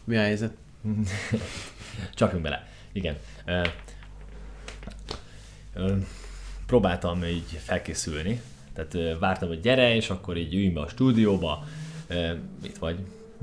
Mi a helyzet? Csapjunk bele. Igen. Próbáltam így felkészülni. Tehát vártam, hogy gyere, és akkor így üljünk be a stúdióba. Itt vagy?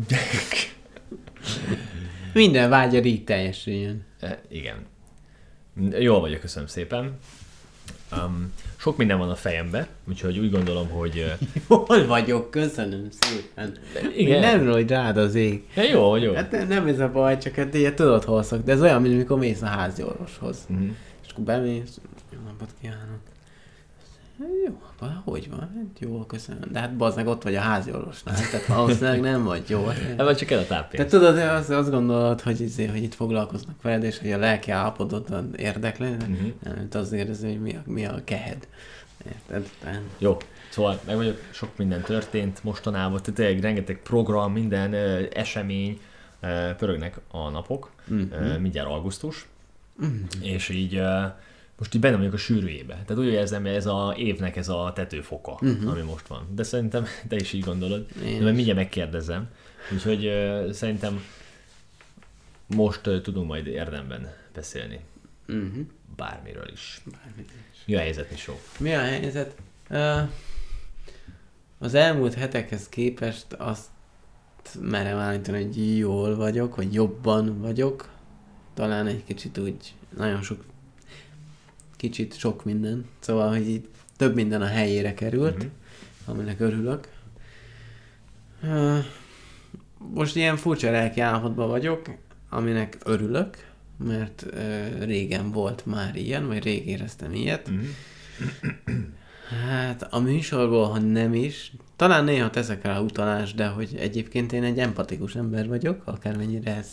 Minden vágyad így teljesüljön. Igen. Jól vagyok, köszönöm szépen. Sok minden van a fejemben, úgyhogy úgy gondolom, hogy... Hol vagyok, köszönöm szépen. Igen. Nem rújt rád az ég. Ja, jó. Hát nem ez a baj, csak hát ilyet tudod hol szok, de ez olyan, mint amikor mész a házi orvoshoz. És akkor bemész, jó napot kívánok. Jó, hogy van? Hát jó, köszönöm. De hát bazdmeg ott vagy a házi orvosnál, tehát valószínűleg nem vagy jó. Vagy csak el a táppénz. Te tudod, azt gondolod, hogy itt foglalkoznak veled, és hogy a lelki állapotod érdekli, nem, az érző, hogy mi a kehed. Érted? Jó, szóval meg vagyok, sok minden történt mostanában, tehát tényleg rengeteg program, minden esemény, pörögnek a napok, mindjárt augusztus, és így most így benne vagyok a sűrűjébe. Tehát úgy érzem, hogy ez az évnek ez a tetőfoka, ami most van. De szerintem te is így gondolod. De mert mindjárt megkérdezem. Úgyhogy szerintem most tudunk majd érdemben beszélni. Bármiről is. Mi a helyzet, Misó? Mi a helyzet? Az elmúlt hetekhez képest azt merem állítani, hogy jól vagyok, vagy jobban vagyok. Talán egy kicsit úgy, nagyon sok minden. Szóval, hogy így több minden a helyére került, aminek örülök. Most ilyen furcsa lelki állapotban vagyok, aminek örülök, mert régen volt már ilyen, vagy rég éreztem ilyet. Hát a műsorból, ha nem is, talán néha teszek rá utalást, de hogy egyébként én egy empatikus ember vagyok, akármennyire ezt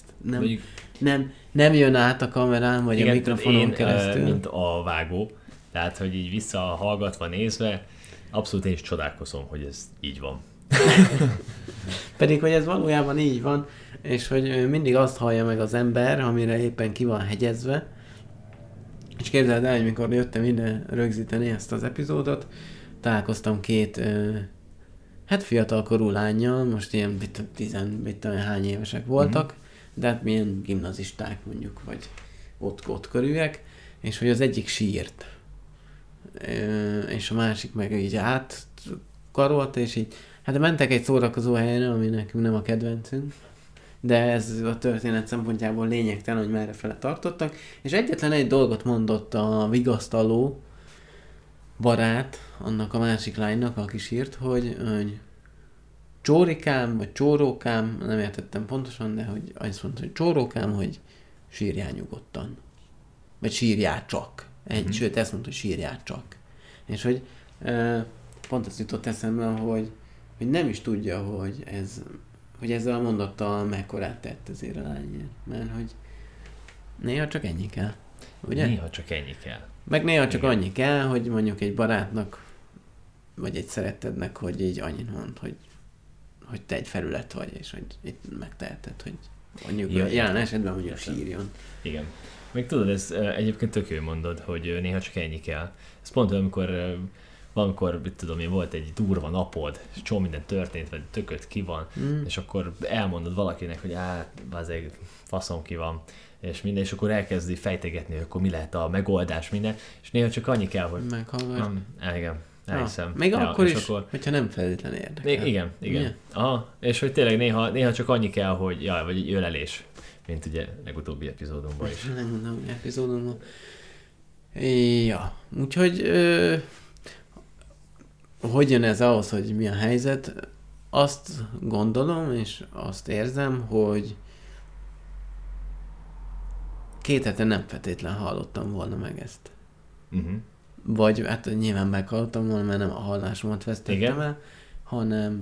nem jön át a kamerán, vagy igen, a mikrofonon keresztül. Mint a vágó, tehát hogy így visszahallgatva, nézve, abszolút én is csodálkozom, hogy ez így van. Pedig, hogy ez valójában így van, és hogy mindig azt hallja meg az ember, amire éppen ki van hegyezve. És képzeld el, hogy mikor jöttem ide rögzíteni ezt az epizódot, találkoztam két fiatalkorú lánnyal, most ilyen hány évesek voltak, de hát milyen gimnazisták mondjuk, vagy ott körülök, és hogy az egyik sírt, és a másik meg így átkarolt, és így, hát mentek egy szórakozó helyre, ami nekünk nem a kedvencünk, de ez a történet szempontjából lényegtelen, hogy merre fele tartottak, és egyetlen egy dolgot mondott a vigasztaló barát annak a másik lánynak, aki sírt, hogy csórikám, vagy csórókám, nem értettem pontosan, de hogy azt mondta, hogy csórókám, hogy sírjál nyugodtan. Vagy sírjál csak. Sőt, ezt mondta, hogy sírjál csak. És hogy pont ezt jutott eszembe, hogy nem is tudja, hogy ezzel a mondattal mekkorát tett ezért a lányért. Mert hogy néha csak ennyi kell. Ugye? Néha csak ennyi kell. Meg néha csak annyi kell, hogy mondjuk egy barátnak, vagy egy szerettednek, hogy így annyit mond, hogy te egy felület vagy, és hogy itt megteheted, hogy mondjuk jelen esetben mondjuk sírjon. Igen. Még tudod, ez egyébként tök jó mondod, hogy néha csak ennyi kell. Ez pont valamikor, mit tudom én, volt egy durva napod, és csomó minden történt, vagy tököd ki van, és akkor elmondod valakinek, hogy azért faszom ki van, és minden, és akkor elkezdi fejtegetni, hogy akkor mi lehet a megoldás, minden, és néha csak annyi kell, hogy... Meghallgatj. Igen, elhiszem. Még akkor is, hogyha nem feltétlenül érdekel. Igen. Yeah. Aha, és hogy tényleg néha csak annyi kell, hogy vagy egy ölelés, mint ugye legutóbbi epizódunkban is. Legutóbbi epizódunkban. Ja, úgyhogy hogy jön ez ahhoz, hogy mi a helyzet? Azt gondolom, és azt érzem, hogy 2 hete nem feltétlen hallottam volna meg ezt. Vagy hát nyilván meghallottam volna, mert nem a hallásomat vesztettem el, hanem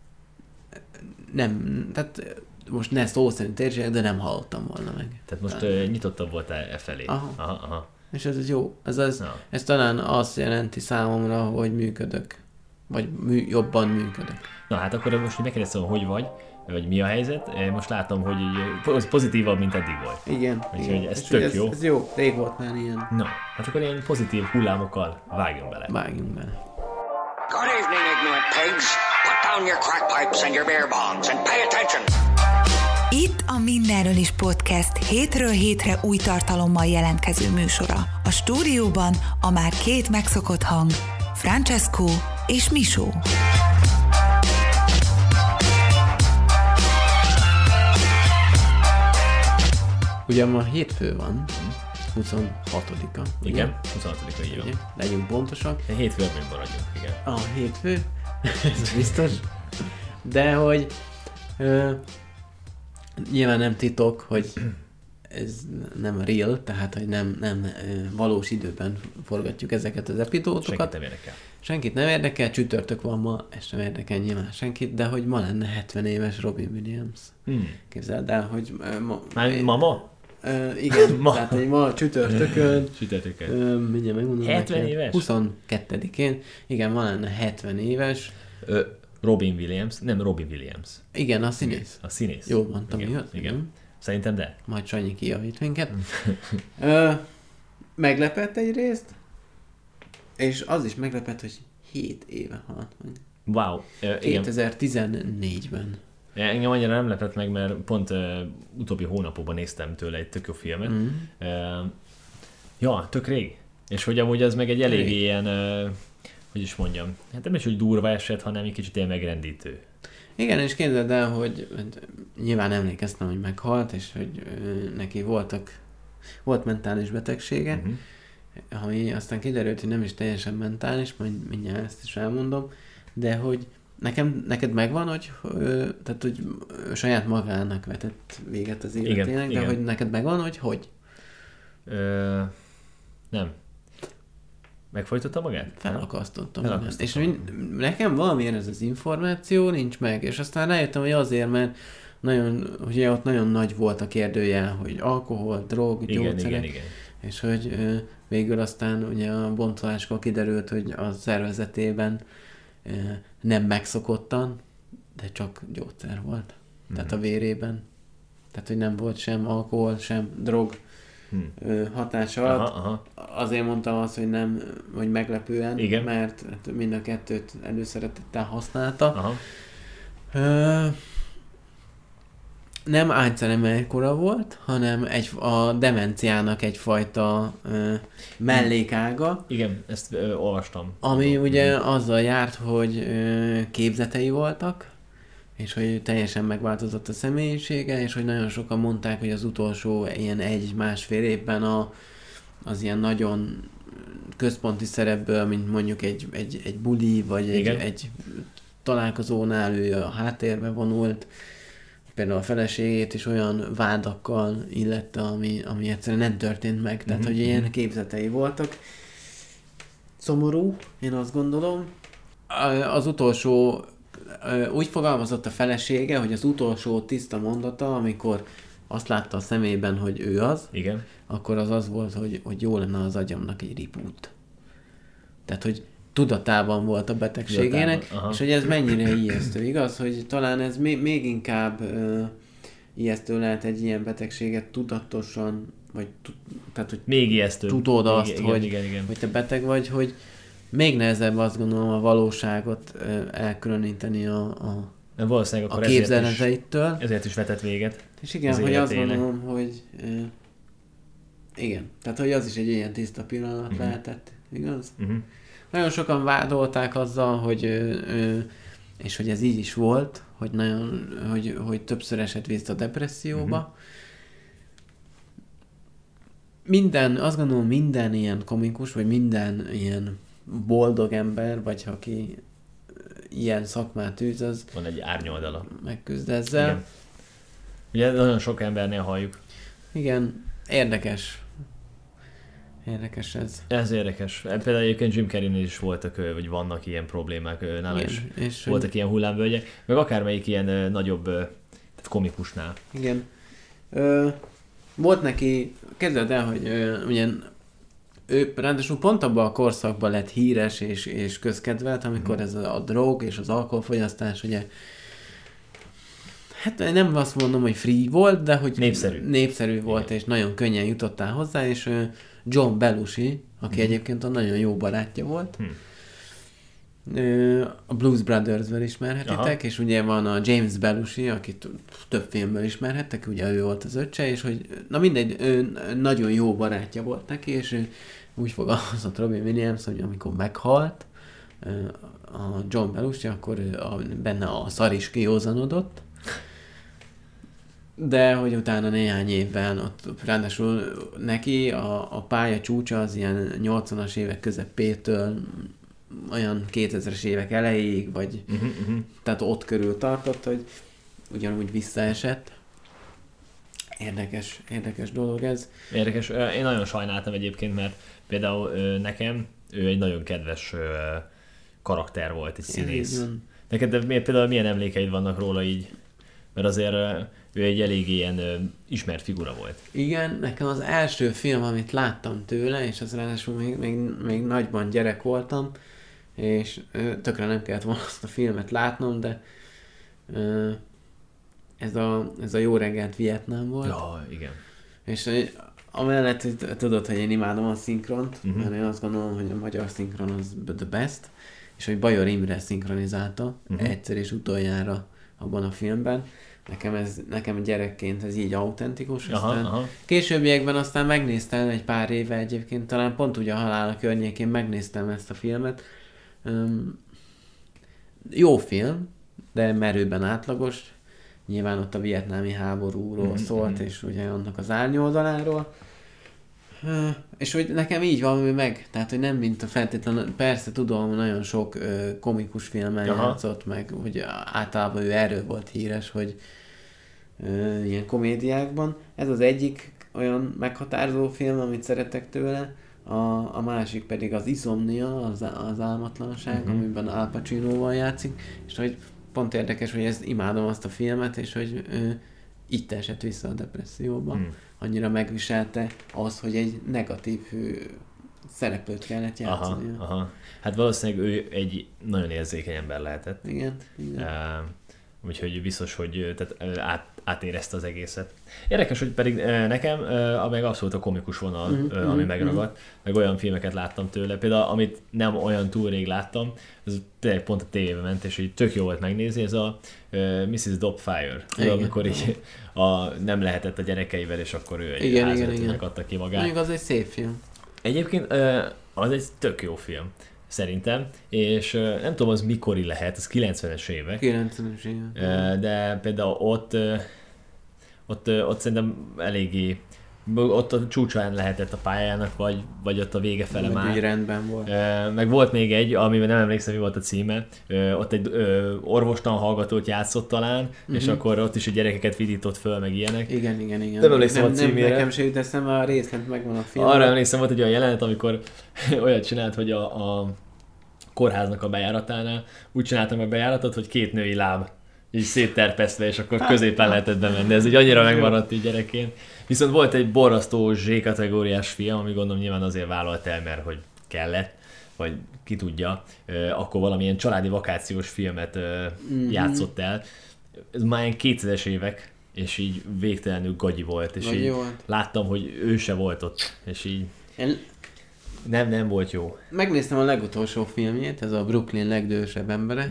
nem, tehát most ne szó szerint értsék, de nem hallottam volna meg. Tehát most nyitottabb voltál e felé. Aha. És ez jó. Ez talán azt jelenti számomra, hogy működök. Vagy jobban működök. Na hát akkor most megkérdeztem, hogy vagy mi a helyzet. Most látom, hogy pozitívabb, mint eddig volt. Igen. Úgyhogy ez tök jó. Ez jó. Rég volt már ilyen. Na, hát akkor ilyen pozitív hullámokkal vágjunk bele. Good evening, ignorant pigs. Put down your crack pipes and your beer bongs and pay attention. Itt a Mindenről is podcast hétről hétre új tartalommal jelentkező műsora. A stúdióban a már két megszokott hang, Francesco és Misó. Ugye ma hétfő van, 26-a. Igen, 26-a így van. Legyünk pontosak. Hétfőben maradjunk, igen. A hétfő, ez biztos. De hogy nyilván nem titok, hogy ez nem real, tehát hogy nem valós időben forgatjuk ezeket az epizódokat. Senkit nem érdekel, csütörtök van ma, ez sem érdekel nyilván senkit, de hogy ma lenne 70 éves Robin Williams. Képzeld el, hogy ma? Igen, ma. Tehát hogy ma csütörtökön. Mindjárt megmondom. 70 éves? 22-én. Igen, ma lenne 70 éves. Robin Williams, nem Robin Williams. Igen, a színész. A színész. Jól mondtam, igen, igen. Szerintem de. Majd Sanyi kijavít minket. Meglepett egyrészt, és az is meglepett, hogy 7 éve halt meg. Wow. 2014-ben. Engem annyira nem lepett meg, mert pont utóbbi hónapokban néztem tőle egy tök jó filmet. Ja, tök rég. És hogy amúgy az meg egy elég ilyen, hogy is mondjam, hát nem is úgy durva eset, hanem egy kicsit ilyen megrendítő. Igen, és képzeld el, hogy nyilván emlékeztem, hogy meghalt, és hogy neki volt mentális betegsége, ami aztán kiderült, hogy nem is teljesen mentális, majd mindjárt ezt is elmondom, de hogy neked megvan, hogy saját magának vetett véget az életének, de hogy neked megvan, hogy? Nem. Megfojtotta magát? Felakasztotta magát. És nekem valamiért ez az információ nincs meg, és aztán rájöttem, hogy azért, mert ugye ott nagyon nagy volt a kérdőjel, hogy alkohol, drog, gyógyszerek, igen. És hogy végül aztán ugye a bontoláskor kiderült, hogy a szervezetében nem megszokottan, de csak gyógyszer volt. Tehát a vérében. Tehát, hogy nem volt sem alkohol, sem drog hatása alatt. Aha. Azért mondtam azt, hogy nem, hogy meglepően, igen. Mert mind a kettőt előszeretettel használta. Nem Alzheimer-kora volt, hanem a demenciának egyfajta mellékága. Igen, ezt olvastam. Ami ugye azzal járt, hogy képzetei voltak, és hogy teljesen megváltozott a személyisége, és hogy nagyon sokan mondták, hogy az utolsó ilyen 1-1,5 évben az ilyen nagyon központi szerepből, mint mondjuk egy buli, vagy egy találkozónál ő a háttérbe vonult, például a feleségét is olyan vádakkal illette, ami egyszerűen nem történt meg. Tehát, hogy ilyen képzetei voltak. Szomorú, én azt gondolom. Az utolsó, úgy fogalmazott a felesége, hogy az utolsó tiszta mondata, amikor azt látta a szemében, hogy ő az, igen. Akkor az volt, hogy jó lenne az agyamnak egy reboot. Tehát, hogy tudatában volt a betegségének, és hogy ez mennyire ijesztő, igaz? Hogy talán ez még inkább ijesztő lehet egy ilyen betegséget tudatosan, vagy tehát, hogy még ijesztő. Tudod azt, hogy te beteg vagy, hogy még nehezebb azt gondolom a valóságot elkülöníteni a képzeleteitől. Ezért is vetett véget. És igen, hogy azt gondolom, hogy igen, tehát hogy az is egy ilyen tiszta pillanat lehetett, igaz? Nagyon sokan vádolták azzal, hogy és hogy ez így is volt, hogy hogy többször esett vissza a depresszióba. Azt gondolom minden ilyen komikus, vagy minden ilyen boldog ember, vagy aki ilyen szakmát űz, az van egy árnyoldala. Megküzd ezzel. Igen. Ugye nagyon sok embernél halljuk. Igen, érdekes. Érdekes ez. Ez érdekes. Például egyébként Jim Carreynél is voltak, vagy vannak ilyen problémák, nála is és voltak ilyen hullámvölgyek, meg akármelyik ilyen nagyobb tehát komikusnál. Igen. Volt neki, kezded el, hogy ugye ő ráadásul pont abban a korszakban lett híres és közkedvelt, amikor ez a drog és az alkoholfogyasztás ugye hát nem azt mondom, hogy free volt, de hogy népszerű volt, igen. És nagyon könnyen jutottál hozzá, és John Belushi, aki egyébként a nagyon jó barátja volt, A Blues Brothers-ből ismerhetitek, és ugye van a James Belushi, akit több filmből ismerhettek, ugye ő volt az öccse, és hogy, na mindegy, ő nagyon jó barátja volt neki, és ő úgy fogalmazott Robin Williams, hogy amikor meghalt a John Belushi, akkor benne a szar is kiózanodott, de hogy utána néhány évvel ott ráadásul neki a pálya csúcsa az ilyen 80-as évek közepétől olyan 2000-es évek elejéig, vagy tehát ott körül tartott, hogy ugyanúgy visszaesett. Érdekes dolog ez. Érdekes. Én nagyon sajnáltam egyébként, mert például nekem ő egy nagyon kedves karakter volt, egy színész. Neked például milyen emlékeid vannak róla így? Mert azért ő egy elég ilyen ismert figura volt. Igen, nekem az első film, amit láttam tőle, és az ráadásul még nagyban gyerek voltam, és tökre nem kellett volna azt a filmet látnom, de ez a Jó reggelt Vietnám volt. Ja, igen. És amellett, hogy tudod, hogy én imádom a szinkront, mert én azt gondolom, hogy a magyar szinkron az the best, és hogy Bajor Imre szinkronizálta egyszer és utoljára abban a filmben. Nekem gyerekként ez így autentikus. Későbbiekben aztán megnéztem egy pár éve egyébként, talán pont ugye a halála környékén megnéztem ezt a filmet. Jó film, de merőben átlagos. Nyilván ott a vietnámi háborúról szólt, és ugye annak az árnyoldaláról. És hogy nekem így van meg, tehát hogy nem mint a feltétlenül, persze tudom, nagyon sok komikus filmen játszott meg, hogy általában ő erről volt híres, hogy ilyen komédiákban. Ez az egyik olyan meghatározó film, amit szeretek tőle, a másik pedig az Insomnia, az álmatlanság, amiben Al Pacinoval játszik, és hogy pont érdekes, hogy imádom azt a filmet, és hogy itt esett vissza a depresszióba. Annyira megviselte az, hogy egy negatív szereplőt kellett játszani. Hát valószínűleg ő egy nagyon érzékeny ember lehetett. Igen. Úgyhogy biztos, hogy tehát átérezte az egészet. Érdekes, hogy pedig nekem meg abszolút a komikus vonal, ami megragadt, meg olyan filmeket láttam tőle, például amit nem olyan túl rég láttam, ez tényleg pont a tévébe ment, és így tök jó volt megnézni, ez a Mrs. Doubtfire, amikor így nem lehetett a gyerekeivel, és akkor ő egy áldozatnak adta ki magát. Még az egy szép film. Egyébként az egy tök jó film. Szerintem, és nem tudom, az mikori lehet, az 90-es évek. 90-es évek. De például ott szerintem eléggé, ott a csúcsán lehetett a pályának, vagy ott a vége fele már. Úgy rendben volt. Meg volt még egy, amiben nem emlékszem, mi volt a címe, ott egy orvostan hallgatót játszott talán, és akkor ott is a gyerekeket vidított föl, meg ilyenek. Igen. Nem emlékszem a címére. Nekem se jut eszembe, a részlet megvan a filmben. Arra emlékszem, volt egy olyan jelenet, amikor olyat csinált, hogy a kórháznak a bejáratánál úgy csináltam a bejáratot, hogy 2 női láb így szétterpesztve, és akkor középen lehetett bemenni. Ez így annyira megmaradt így gyerekként. Viszont volt egy borzasztó Z-kategóriás film, ami gondolom nyilván azért vállalt el, mert hogy kellett, vagy ki tudja, akkor valamilyen családi vakációs filmet játszott el. Ez már ilyen 2000-es évek, és így végtelenül gagyi volt, és így láttam, hogy ő se volt ott, és így nem volt jó. Megnéztem a legutolsó filmjét, ez a Brooklyn legdősebb embere.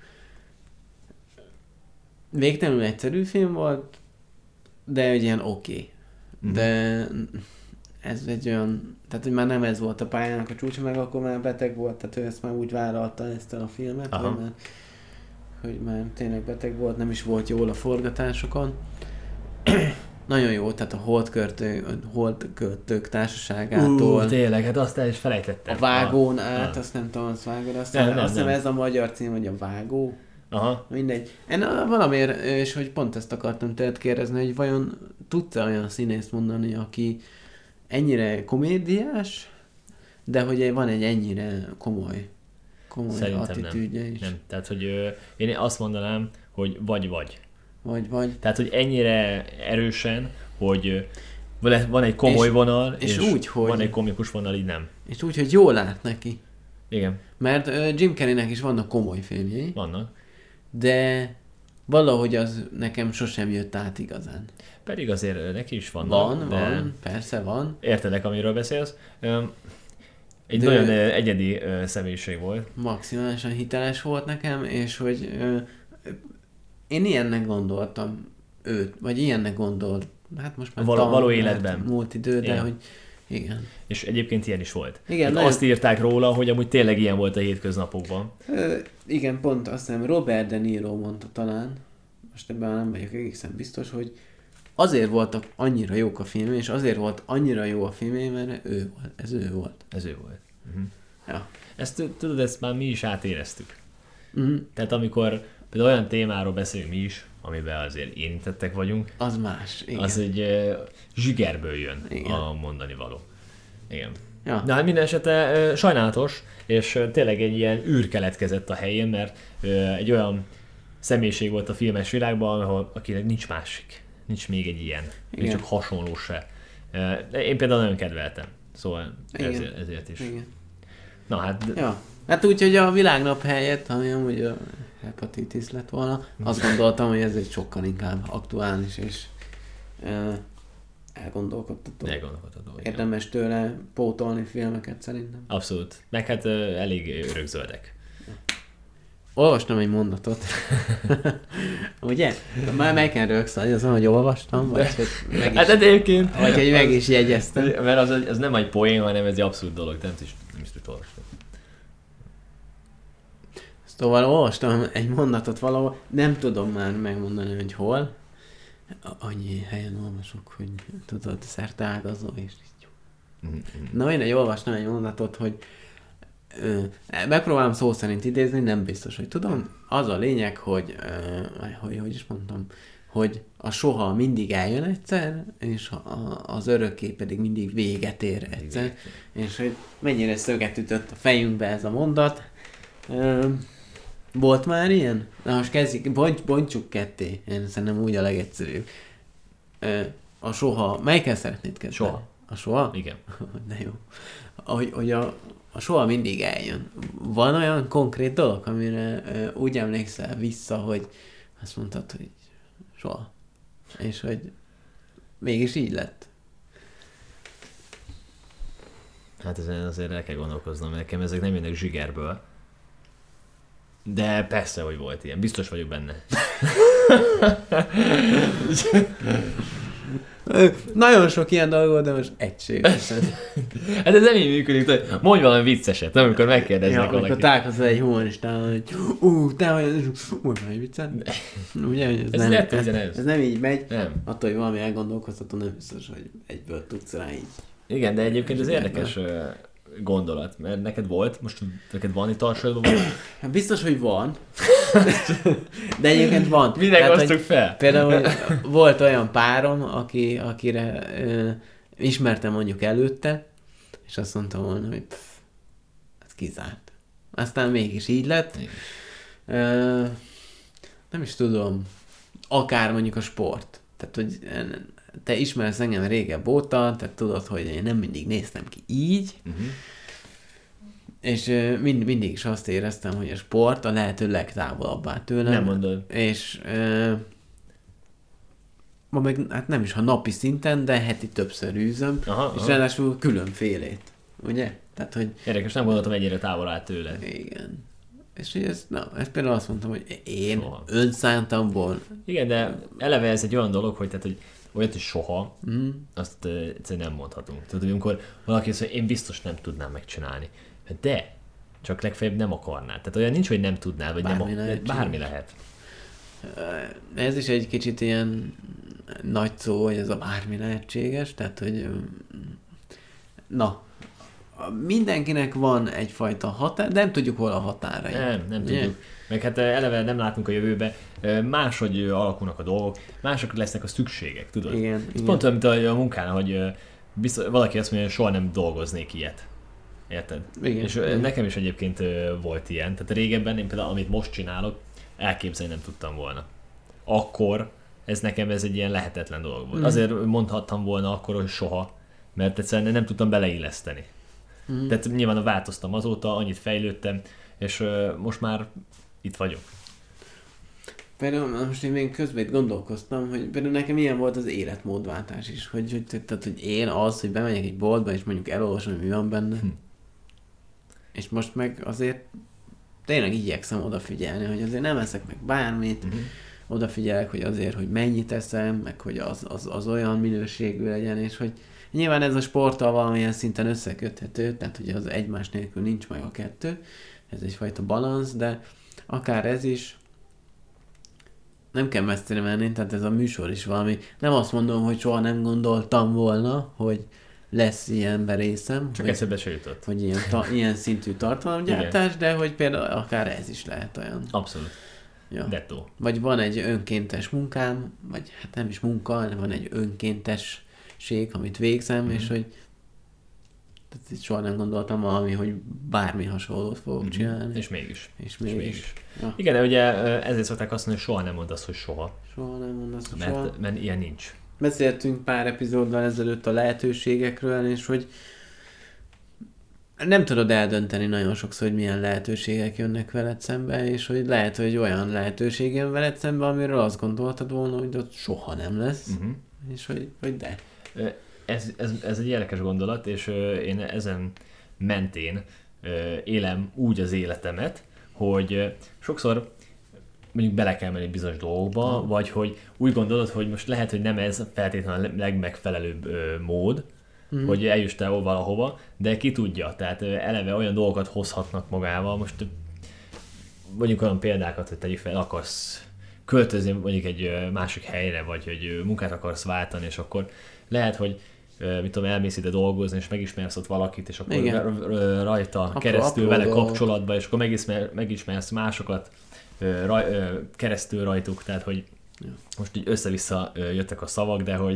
Végtelenül egyszerű film volt, de egy ilyen oké. De ez egy olyan, tehát hogy már nem ez volt a pályának a csúcsa, meg akkor már beteg volt, tehát ő ezt már úgy vállalta ezt a filmet, hogy már tényleg beteg volt, nem is volt jól a forgatásokon. Nagyon jó, tehát a Holdköltők társaságától. Tényleg, hát azt el is felejtettem. A Vágón át, azt nem tudom, azt vágod, azt hiszem ez a magyar cím, hogy a Vágó. Mindegy. Én valamiért, és hogy pont ezt akartam tőled kérdezni, hogy vajon tudsz-e olyan színészt mondani, aki ennyire komédiás, de hogy van egy ennyire komoly attitűdje is. Nem. Tehát, hogy én azt mondanám, hogy vagy. Vagy. Tehát, hogy ennyire erősen, hogy van egy komoly vonal, és úgy, hogy van egy komikus vonal, így nem. És úgy, hogy jól lát neki. Igen. Mert Jim Carreynek is vannak komoly filmjei. Vannak. De valahogy az nekem sosem jött át igazán. Pedig azért neki is vannak. Van, persze van. Értelek, amiről beszélsz. Egy nagyon egyedi személyiség volt. Maximálisan hiteles volt nekem, és hogy én ilyennek gondoltam őt, vagy ilyennek gondolt, hát most már való életben. Múlt idő, de hogy igen. És egyébként ilyen is volt. Igen, azt írták róla, hogy amúgy tényleg ilyen volt a hétköznapokban. Igen, pont azt hiszem Robert De Niro mondta talán, most ebben nem vagyok egészen biztos, hogy azért voltak annyira jók a filmé, és azért volt annyira jó a filmé, mert ő volt. Ez ő volt. Uh-huh. Ja. Tudod, ezt már mi is átéreztük. Uh-huh. Tehát amikor például olyan témáról beszélünk mi is, amiben azért érintettek vagyunk. Az más, igen. Az egy zsigerből jön igen. a mondani való. Igen. Ja. De hát minden esetre sajnálatos, és tényleg egy ilyen űr keletkezett a helyén, mert egy olyan személyiség volt a filmes világban, ahol akinek nincs másik. Nincs még egy ilyen. Még csak hasonló se. Én például nagyon kedveltem. Szóval ezért is. Igen. Na hát... Ja. Hát úgy, hogy a világnap helyett, ami amúgy a hepatitis lett volna, azt gondoltam, hogy ez egy sokkal inkább aktuális és elgondolkodtató. Érdemes tőle pótolni filmeket szerintem. Abszolút. Meg hát elég örökzöldek. Olvastam egy mondatot. Ugye? Már melyiken rögsz, az van, hogy olvastam, vagy hogy meg is, hát egyébként... vagy hogy meg is jegyeztem. Mert az nem egy poén, hanem ez egy abszolút dolog, nem is olvastam. Szóval olvastam egy mondatot valahol, nem tudom már megmondani, hogy hol. Annyi helyen olvasok, hogy tudod, szerteágazó, és így. Na, én olvastam egy mondatot, hogy megpróbálom szó szerint idézni, nem biztos, hogy tudom. Az a lényeg, hogy hogy is mondtam, hogy a soha mindig eljön egyszer, és az örökké pedig mindig véget ér egyszer. És hogy mennyire szöget ütött a fejünkbe ez a mondat. Volt már ilyen? Na most kezdjük, bontsuk ketté. Én szerintem úgy a legegyszerűbb. A soha, melyikkel szeretnéd kezdeni? Soha. A soha? Igen. De jó. Hogy a soha mindig eljön. Van olyan konkrét dolog, amire úgy emlékszel vissza, hogy azt mondtad, hogy soha. És hogy mégis így lett. Hát ezen azért el kell gondolkoznom, nekem ezek nem jönnek zsigerből. De persze, hogy volt ilyen. Biztos vagyok benne. Nagyon sok ilyen dolog volt, de most egységesen. Hát ez nem így működik, mondj valami vicceset, nem, amikor megkérdeznek valaki. Amikor találkozol egy humoristával, hogy te vagy, mondj valami viccet. Ugye, hogy ez nem így megy. Nem. Attól, hogy valami elgondolkoztató, nem biztos, hogy egyből tudsz rá így. Igen, de egyébként ez érdekes gondolat, mert neked volt, most neked van itt alsódban? Hát biztos, hogy van. De egyébként van. Minek osztuk fel? Például volt olyan párom, akire ismertem mondjuk előtte, és azt mondtam volna, hogy ez kizárt. Aztán mégis így lett. Nem is tudom, akár mondjuk a sport. Tehát, hogy te ismersz engem régebb óta, tehát tudod, hogy én nem mindig néztem ki így, és mindig is azt éreztem, hogy a sport a lehető legtávolabbá tőlem. Nem mondod. És ma meg, hát nem is, ha napi szinten, de heti többször űzöm, és ráadásul különfélét. Ugye? Tehát, hogy... Érdekes, nem gondoltam ennyire távol áll tőle. Igen. És ez például azt mondtam, hogy én önszántamból... Igen, de eleve ez egy olyan dolog, hogy, tehát, hogy olyat, hogy soha, azt egyszerűen nem mondhatunk. Tehát, amikor valaki azt mondja, én biztos nem tudnám megcsinálni. De, csak legfeljebb nem akarnád. Tehát olyan nincs, hogy nem tudnál, vagy bármi lehet. Ez is egy kicsit ilyen nagy szó, hogy ez a bármi lehetséges, tehát, hogy mindenkinek van egyfajta határ, de nem tudjuk hol a határai. Nem tudjuk. Meg hát eleve nem látunk a jövőbe, máshogy alakulnak a dolgok, mások lesznek a szükségek, tudod? Igen. Pont olyan, mint a munkán, hogy valaki azt mondja, hogy soha nem dolgoznék ilyet. Érted? Igen. És nekem is egyébként volt ilyen. Tehát régebben én például, amit most csinálok, elképzelni nem tudtam volna. Akkor ez egy ilyen lehetetlen dolog volt. Azért mondhattam volna akkor, hogy soha, mert egyszerűen nem tudtam beleilleszteni. Tehát nyilván változtam azóta, annyit fejlődtem, és most már itt vagyok. Például most én még közben gondolkoztam, hogy például nekem ilyen volt az életmódváltás is, hogy én az, hogy bemegyek egy boltba, és mondjuk elolvasom, hogy mi van benne, És most meg azért tényleg igyekszem odafigyelni, hogy azért nem eszek meg bármit, odafigyelek, hogy azért, hogy mennyit eszem, meg hogy az olyan minőségű legyen, és hogy nyilván ez a sporttal valamilyen szinten összeköthető, tehát hogy az egymás nélkül nincs meg a kettő, ez egyfajta balansz, de akár ez is, nem kell messzire menni, tehát ez a műsor is valami, nem azt mondom, hogy soha nem gondoltam volna, hogy lesz ilyen berészem. Csak eszedbe se jutott. Hogy ilyen szintű tartalomgyártás, de hogy például akár ez is lehet olyan. Abszolút. Ja. Dettó. Vagy van egy önkéntes munkám, vagy hát nem is munka, hanem van egy önkéntesség, amit végzem, és hogy tehát itt soha nem gondoltam valami, hogy bármi hasonlót fogok csinálni. És mégis. És mégis. Ja. Igen, de ugye ezért szokták azt mondani, hogy soha nem mondd azt, hogy soha. Soha nem mondasz, hogy mert, soha. Mert ilyen nincs. Beszéltünk pár epizóddal ezelőtt a lehetőségekről, és hogy nem tudod eldönteni nagyon sokszor, hogy milyen lehetőségek jönnek veled szembe, és hogy lehet, hogy olyan lehetőség jön veled szembe, amiről azt gondoltad volna, hogy ott soha nem lesz, és hogy de. Ez egy érdekes gondolat, és én ezen mentén élem úgy az életemet, hogy sokszor mondjuk bele kell menni bizonyos dolgokba, vagy hogy úgy gondolod, hogy most lehet, hogy nem ez feltétlenül a legmegfelelőbb mód, hogy eljuss te valahova, de ki tudja, tehát eleve olyan dolgokat hozhatnak magával, most mondjuk olyan példákat, hogy tegyük fel, akarsz költözni mondjuk egy másik helyre, vagy hogy munkát akarsz váltani, és akkor lehet, hogy mit tudom, elmész ide dolgozni, és megismersz ott valakit, és akkor rajta keresztül vele kapcsolatba, és akkor megismersz másokat keresztül rajtuk, tehát hogy most így össze-vissza jöttek a szavak, de hogy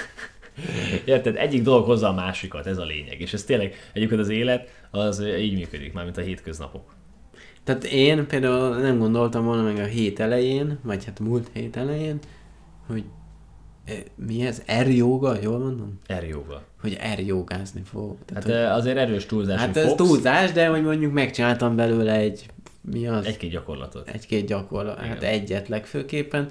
érted, egyik dolog hozza a másikat, ez a lényeg, és ez tényleg egyébként az élet, az így működik, mármint a hétköznapok. Tehát én például nem gondoltam volna meg a hét elején, vagy hát múlt hét elején, hogy mi ez? R-jóga? Jól mondom? R-jóga. Hogy R-jógázni fogok. Tehát, hát azért erős túlzás, hát ez túlzás, de hogy mondjuk megcsináltam belőle egy-két gyakorlatot. Egy-két gyakorlat. Hát egyet legfőképpen.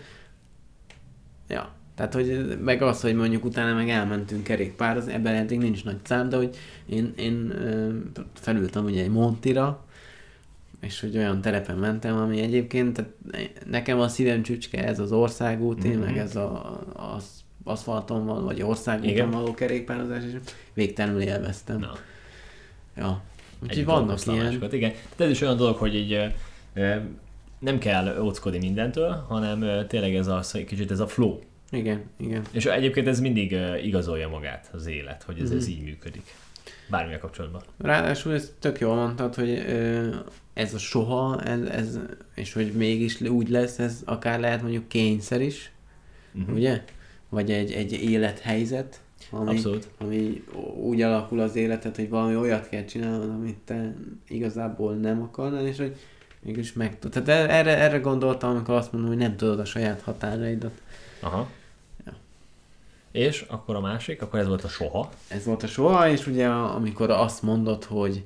Ja. Tehát, hogy meg az, hogy mondjuk utána meg elmentünk kerékpározni, ebben eddig nincs nagy szám, de hogy én felültem ugye egy Montira, és hogy olyan terepen mentem, ami egyébként, tehát nekem a szívem csücske ez az országúti, meg ez az aszfalton van, vagy országúton való kerékpározás, és végtelenül élveztem. Na. Ja. Úgyhogy vannak ilyen. Másokat. Igen. Tehát ez is olyan dolog, hogy így nem kell óckodni mindentől, hanem tényleg kicsit ez a flow. Igen. És egyébként ez mindig igazolja magát az élet, hogy ez így működik. Bármilyen kapcsolatban. Ráadásul ezt tök jól mondtad, hogy ez a soha, ez, és hogy mégis úgy lesz, ez akár lehet mondjuk kényszer is, ugye? Vagy egy élethelyzet, ami úgy alakul az életed, hogy valami olyat kell csinálnod, amit te igazából nem akarnál, és hogy mégis meg tudod. Tehát erre gondoltam, amikor azt mondom, hogy nem tudod a saját határaidat. Aha. Ja. És akkor a másik, akkor ez volt a soha. Ez volt a soha, és ugye amikor azt mondod, hogy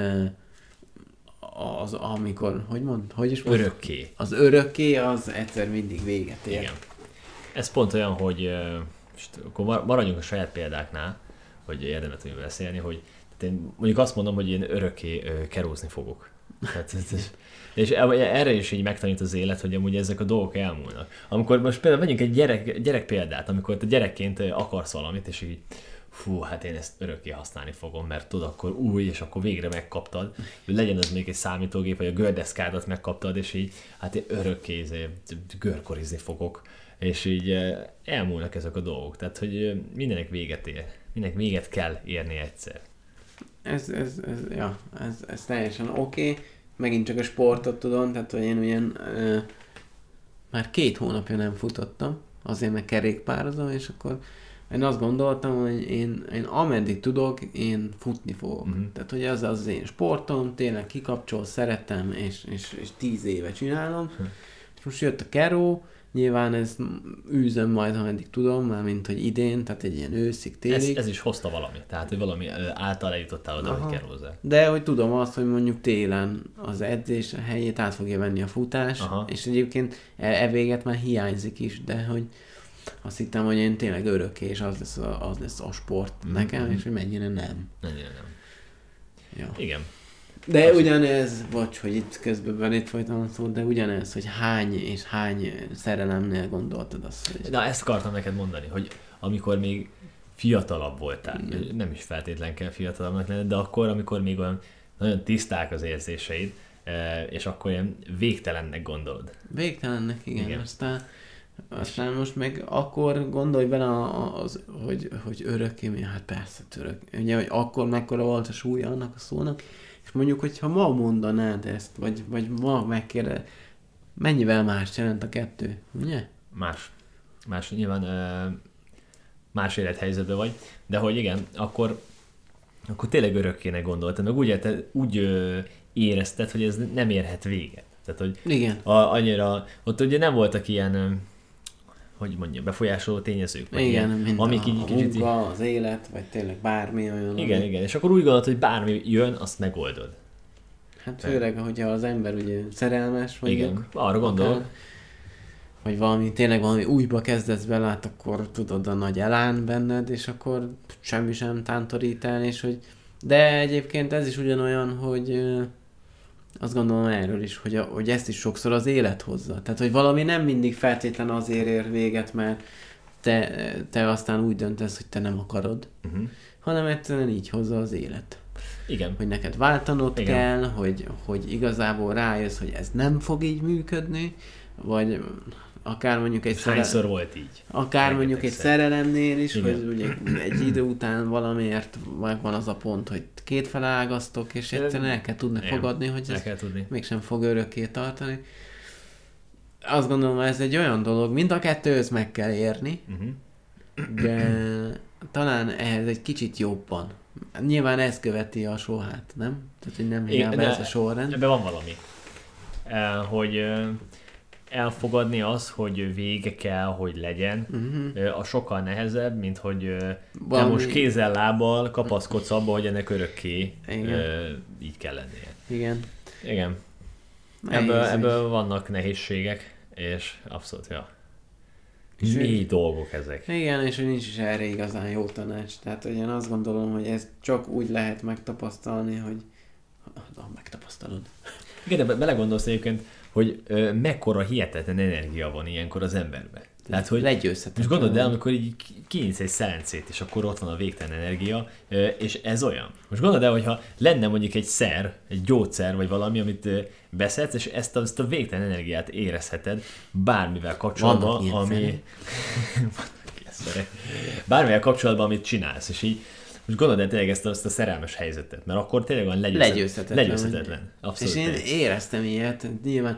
hogy is mondod? Örökké. Az örökké, az egyszer mindig véget ér. Igen. Ez pont olyan, hogy akkor maradjunk a saját példáknál, hogy érdemes tudjuk beszélni, hogy én mondjuk azt mondom, hogy én örökké kerózni fogok. És erre is így megtanít az élet, hogy amúgy ezek a dolgok elmúlnak. Amikor most például vegyünk egy gyerek példát, amikor te gyerekként akarsz valamit, és így hát én ezt örökké használni fogom, mert tudod, akkor új, és akkor végre megkaptad. Legyen ez még egy számítógép, vagy a gördeszkádat megkaptad, és így hát én örökké görkorizni fogok. És így elmúlnak ezek a dolgok. Tehát, hogy mindenek véget ér. Mindenek véget kell érni egyszer. Ez teljesen oké. Megint csak a sportot tudom, tehát hogy én ugyan már 2 hónapja nem futottam, azért meg kerékpározom, és akkor én azt gondoltam, hogy én ameddig tudok, én futni fogok. Tehát, hogy ez az én sportom, tényleg kikapcsol, szeretem, és 10 éve csinálom. És most jött a keró, nyilván ez űzöm majd, ameddig tudom, mármint, hogy idén, tehát egy ilyen őszig, télig. Ez is hozta valami, tehát, hogy valami által eljutottál oda, hogy kerózzál. De hogy tudom azt, hogy mondjuk télen az edzés helyét át fogja venni a futás, és egyébként véget már hiányzik is, de hogy azt hittem, hogy én tényleg örökké, és az lesz a sport nekem, és hogy mennyire nem. Mennyire nem. Ja. Igen. De ugyanez, bocs, hogy itt közben itt folytam a szót, de ugyanez, hogy hány szerelemnél gondoltad azt, hogy... Na, ezt akartam neked mondani, hogy amikor még fiatalabb voltál, nem is feltétlen kell fiatalabbnak lenni, de akkor, amikor még olyan nagyon tiszták az érzéseid, és akkor ilyen végtelennek gondolod. Végtelennek, igen. Aztán most meg akkor gondolj bele, hogy örökké, hát persze örök. Ugye, hogy akkor mekkora volt a súlya annak a szónak, és mondjuk, hogyha ma mondanád ezt, vagy ma megkérdez, mennyivel más jelent a kettő, ugye? Más nyilván más élethelyzetben vagy, de hogy igen, akkor tényleg örökkének gondoltad, meg úgy érezted, hogy ez nem érhet véget. Tehát, hogy igen. Annyira, ott ugye nem voltak ilyen, hogy mondjam, befolyásoló tényezők. Igen, mint amik így kicsit... munka, az élet, vagy tényleg bármi olyan. Igen, és akkor úgy gondolod, hogy bármi jön, azt megoldod. Hát főleg, hogyha az ember ugye szerelmes, vagy igen, arra gondolok. Vagy tényleg valami újba kezdesz bele, hát akkor tudod a nagy elán benned, és akkor semmi sem tántorít el, és hogy... De egyébként ez is ugyanolyan, hogy azt gondolom erről is, hogy ezt is sokszor az élet hozza. Tehát, hogy valami nem mindig feltétlen azért ér véget, mert te aztán úgy döntesz, hogy te nem akarod, hanem egyszerűen így hozza az élet. Igen. Hogy neked váltanod kell, hogy igazából rájössz, hogy ez nem fog így működni, vagy akár mondjuk egy hányszor volt így? Akár mondjuk egy szerelemnél is, hogy ugye egy idő után valamiért van az a pont, hogy kétfele ágaztok, és egyszerűen el kell tudni fogadni, hogy ez mégsem fog örökké tartani. Azt gondolom, ez egy olyan dolog, mind a kettőhöz meg kell érni, de talán ehhez egy kicsit jobban. Nyilván ez követi a sorát, nem? Tehát, hogy nem hiába ez a sorrend. Ebben van valami. Hogy elfogadni az, hogy vége kell, hogy legyen, a sokkal nehezebb, mint hogy te most kézzel-lábbal kapaszkodsz abba, hogy ennek örökké így kell lennie. Igen. Ebből vannak nehézségek, és abszolút, mély dolgok ezek. Igen, és hogy nincs is erre igazán jó tanács. Tehát, hogy én azt gondolom, hogy ezt csak úgy lehet megtapasztalni, hogy megtapasztalod. Igen, de belegondolsz egyébként, hogy mekkora hihetetlen energia van ilyenkor az emberben. Tehát, hogy legyőzhetetlen. Most gondold el, amikor így kinyitsz egy szelencét, és akkor ott van a végtelen energia, és ez olyan. Most gondold el, hogyha lenne mondjuk egy gyógyszer, vagy valami, amit beszedsz, és ezt a végtelen energiát érezheted bármivel kapcsolatban, bármivel kapcsolatban, amit csinálsz, és így most gondold el tényleg ezt a szerelmes helyzetet, mert akkor tényleg van legyőzhetetlen. Abszolút. És én éreztem ilyet, nyilván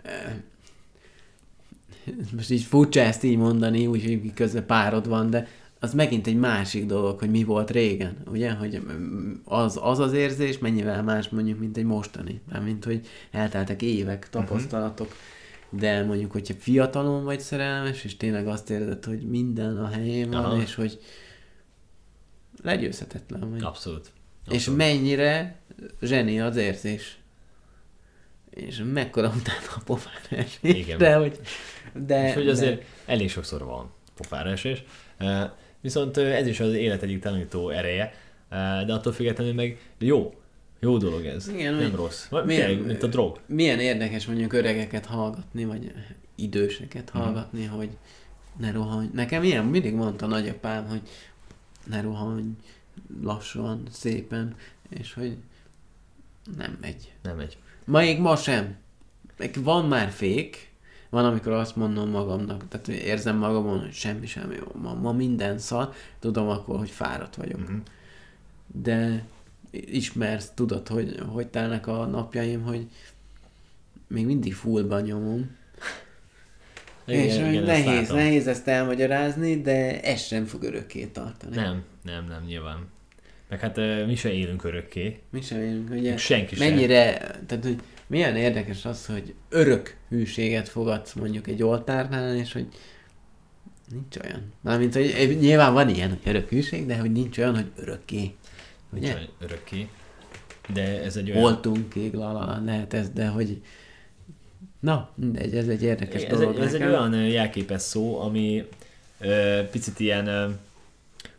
most így furcsa ezt így mondani, úgyhogy közben párod van, de az megint egy másik dolog, hogy mi volt régen, ugye? Hogy az érzés mennyivel más mondjuk, mint egy mostani. Mármint, hogy elteltek évek, tapasztalatok, de mondjuk, hogyha fiatalon vagy szerelmes, és tényleg azt érzed, hogy minden a helyén van, és hogy legyőzhetetlen vagy. Abszolút. És mennyire zseni az érzés. És mekkora utána a pofára esés. Igen. És hogy azért elég sokszor van pofára esés. Viszont ez is az élet egyik tanító ereje, de attól függetlenül meg jó dolog ez. Igen, nem rossz. Mint a drog. Milyen érdekes mondjuk öregeket hallgatni, vagy időseket hallgatni, hogy ne rohanj. Nekem ilyen mindig mondta nagyapám, hogy ne rohanj lassan, szépen, és hogy nem megy. Ma sem. Van már fék, van, amikor azt mondom magamnak, tehát érzem magamon, hogy semmi sem jó. Ma minden szar, tudom akkor, hogy fáradt vagyok. De tudod, hogy telnek a napjaim, hogy még mindig fullban nyomom. És nehéz ezt elmagyarázni, de ez sem fog örökké tartani. Nem, nyilván. Meg hát mi se élünk örökké. Ugye? Senki sem. Mennyire, tehát hogy milyen érdekes az, hogy örök hűséget fogadsz mondjuk egy oltárnál, és hogy nincs olyan. Mármint, hogy nyilván van ilyen, hogy örök hűség, de hogy nincs olyan, hogy örökké. Nincs olyan örökké. De ez egy olyan... Oltunk, lehet ez, de hogy... Na, mindegy, ez egy érdekes dolog. Ez egy olyan jelképes szó, ami picit ilyen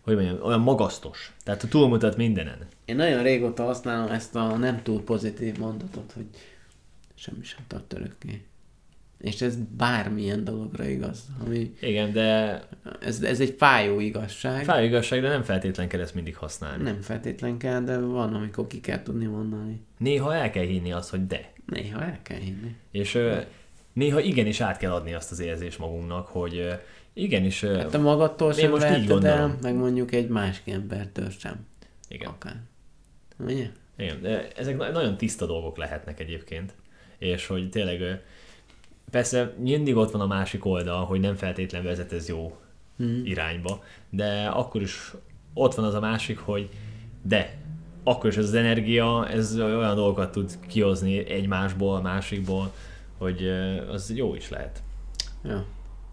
hogy mondjam, olyan magasztos. Tehát túlmutat mindenen. Én nagyon régóta használom ezt a nem túl pozitív mondatot, hogy semmi sem tart örökké. És ez bármilyen dologra igaz. Ami Igen, de... Ez egy fájó igazság. Fájó igazság, de nem feltétlen kell ezt mindig használni. Nem feltétlen kell, de van, amikor ki kell tudni mondani. Néha el kell hinni azt, hogy de. Néha el kell hinni. És néha igenis át kell adni azt az érzést magunknak, hogy igenis... Hát te magadtól sem most így veheted gondolom. el, meg mondjuk egy másik embertől sem. Igen. Akár. Ugye? Igen, de ezek nagyon tiszta dolgok lehetnek egyébként. És hogy tényleg... Persze mindig ott van a másik oldal, hogy nem feltétlen vezet ez jó irányba, de akkor is ott van az a másik, hogy de, akkor is ez az energia, ez olyan dolgokat tud kihozni egymásból, másikból, hogy az jó is lehet. Ja.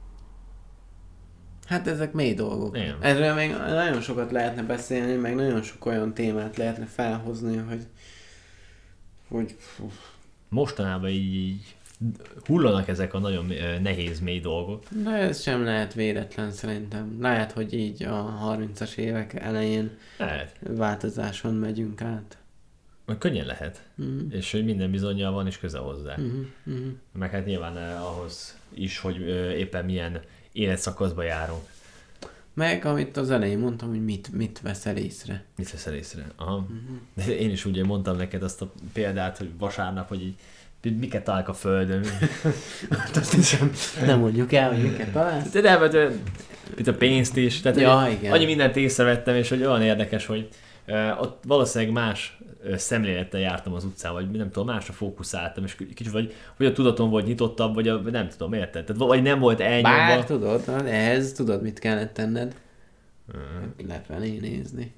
Hát ezek mély dolgok. Igen. Erről még nagyon sokat lehetne beszélni, meg nagyon sok olyan témát lehetne felhozni, hogy Mostanában így hullanak ezek a nagyon nehéz, mély dolgok. de ez sem lehet véletlen szerintem. Lehet, hogy így a 30-as évek elején Lehet. változáson megyünk át. Vagy könnyen lehet. És hogy minden bizonnyal van is köze hozzá. Uh-huh. Meg hát nyilván ahhoz is, hogy éppen milyen életszakaszba járunk. Meg, amit az elején mondtam, hogy mit veszel észre. Mit veszel észre? Aha. De én is ugye mondtam neked azt a példát, hogy vasárnap, hogy így miket találok a földön. Azt hiszem, nem mondjuk el, hogy miket találsz. De nem, itt a pénzt is. Tehát Ja, igen. annyi mindent észrevettem, és hogy olyan érdekes, hogy ott valószínűleg más szemlélettel jártam az utcán, vagy nem tudom, másra fókuszáltam, és kicsit vagy a tudatom volt nyitottabb, vagy nem tudom, érted? Tehát vagy nem volt elnyomva. Bár tudod, ehhez tudod, mit kellett tenned. Lefelé nézni.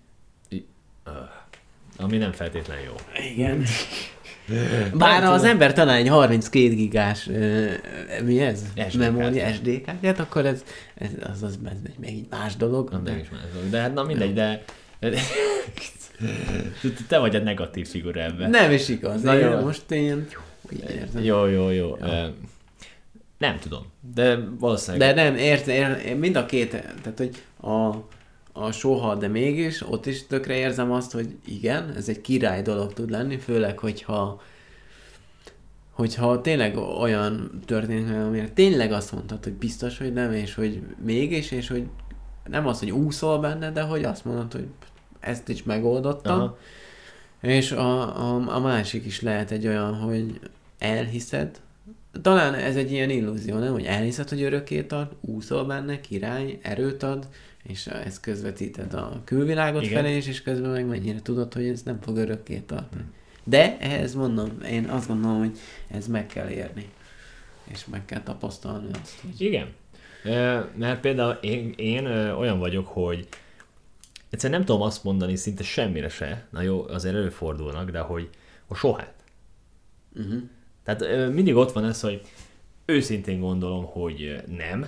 Ami nem feltétlen jó. Igen. Bár az ember talán egy 32 gigás, mi ez? SDK-t. Memória SDK-t, akkor ez még egy más dolog. Nem is más dolog. De hát na mindegy, de te vagy a negatív figura ebben. Nem is igaz. Na jó. Most én így érzem. Jó. Ja. Nem tudom, de valószínűleg... De nem, értem, mind a két, tehát hogy a soha, de mégis, ott is tökre érzem azt, hogy igen, ez egy király dolog tud lenni, főleg, hogyha tényleg olyan történik, amire tényleg azt mondtad, hogy biztos, hogy nem, és hogy mégis, és hogy nem az, hogy úszol benne, de hogy azt mondod, hogy ezt is megoldottam. Aha. És a másik is lehet egy olyan, hogy elhiszed, talán ez egy ilyen illúzió, nem? Hogy elhiszed, hogy örökké tart, úszol benne, király, erőt ad, és ezt közvetíted a külvilágot Igen. felé is, és közben meg mennyire tudod, hogy ez nem fog örökké tartani. De ehhez mondom, én azt gondolom, hogy ez meg kell érni. És meg kell tapasztalni azt, hogy... Igen. Mert például én olyan vagyok, hogy egyszerűen nem tudom azt mondani szinte semmire se, na jó, azért előfordulnak, de hogy a sohát. Uh-huh. Tehát mindig ott van ez, hogy őszintén gondolom, hogy nem,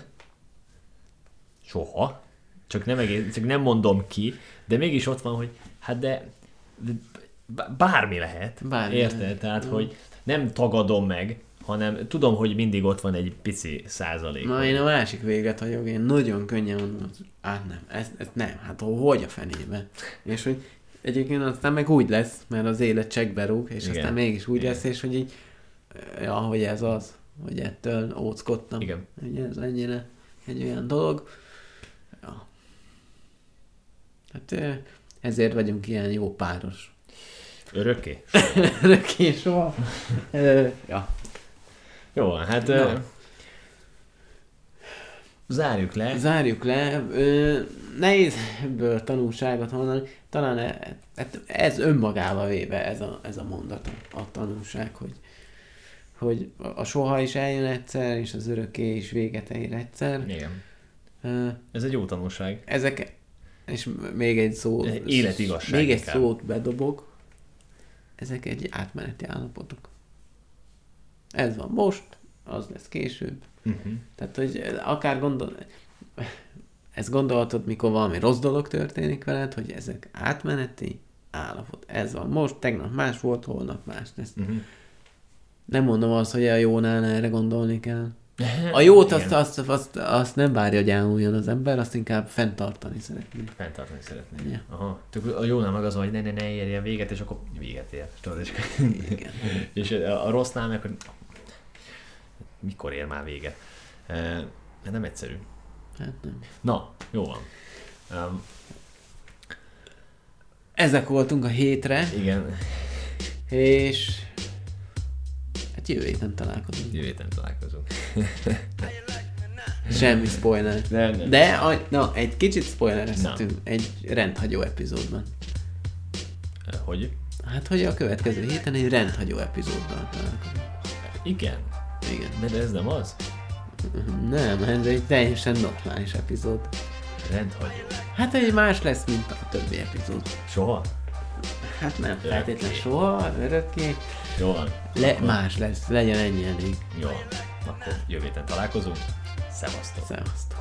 soha, csak nem mondom ki, de mégis ott van, hogy hát de bármi lehet, érted? Lehet. Tehát, hogy nem tagadom meg, hanem tudom, hogy mindig ott van egy pici százalék. Na, én a másik véget vagyok, én nagyon könnyen mondom, hogy nem, ez nem, hát hogy a fenébe. És hogy egyébként aztán meg úgy lesz, mert az élet csekkbe rúg, és Igen. aztán mégis úgy Igen. lesz, és hogy így, ja, hogy ez az, hogy ettől óckodtam. Igen. Hogy ez ennyire egy olyan dolog. Ja. Hát ezért vagyunk ilyen jó páros. Örökké? Örökké soha. Ja. Jó, hát zárjuk le. Zárjuk le. Nehéz ebből tanulságot mondani. Talán ez önmagával véve ez a mondat, a tanulság, hogy a soha is eljön egyszer, és az örökké is véget ér egyszer. Igen. Ez egy jó tanulság. Ezek, és még egy szó, Életigazság még egy inkább. szót bedobok, ezek egy átmeneti állapotok. Ez van most, az lesz később. Uh-huh. Tehát, hogy akár ezt gondolhatod, mikor valami rossz dolog történik veled, hogy ezek átmeneti állapot. Ez van most, tegnap más volt, holnap más lesz. Uh-huh. Nem mondom azt, hogy a jónál erre gondolni kell. A jót azt nem várja, hogy elmúljon az ember, azt inkább fenntartani szeretné. Fenntartani szeretné. Ja. Aha. A jónál meg az, hogy ne érjen véget, és akkor véget ér. Igen. És a rossznál meg, hogy mikor ér már vége. Nem egyszerű. Hát nem. Na, jó van. Ezek voltunk a hétre, Igen. és hát jövő héten találkozunk. Jövő héten találkozunk. Semmi spoiler. Nem. De egy kicsit spoilerezhetünk egy rendhagyó epizódban. Hogy? Hát, hogy a következő héten egy rendhagyó epizódban találkozunk. Igen. Igen. De ez nem az? Nem, ez egy teljesen normális epizód. Rendhagyó. Hát egy más lesz, mint a többi epizód. Soha? Hát nem feltétlenül soha, örökké. Jó van. Más lesz, legyen ennyi elég. Jó van. Akkor jövő héten találkozunk. Szevasztok. Szevasztok.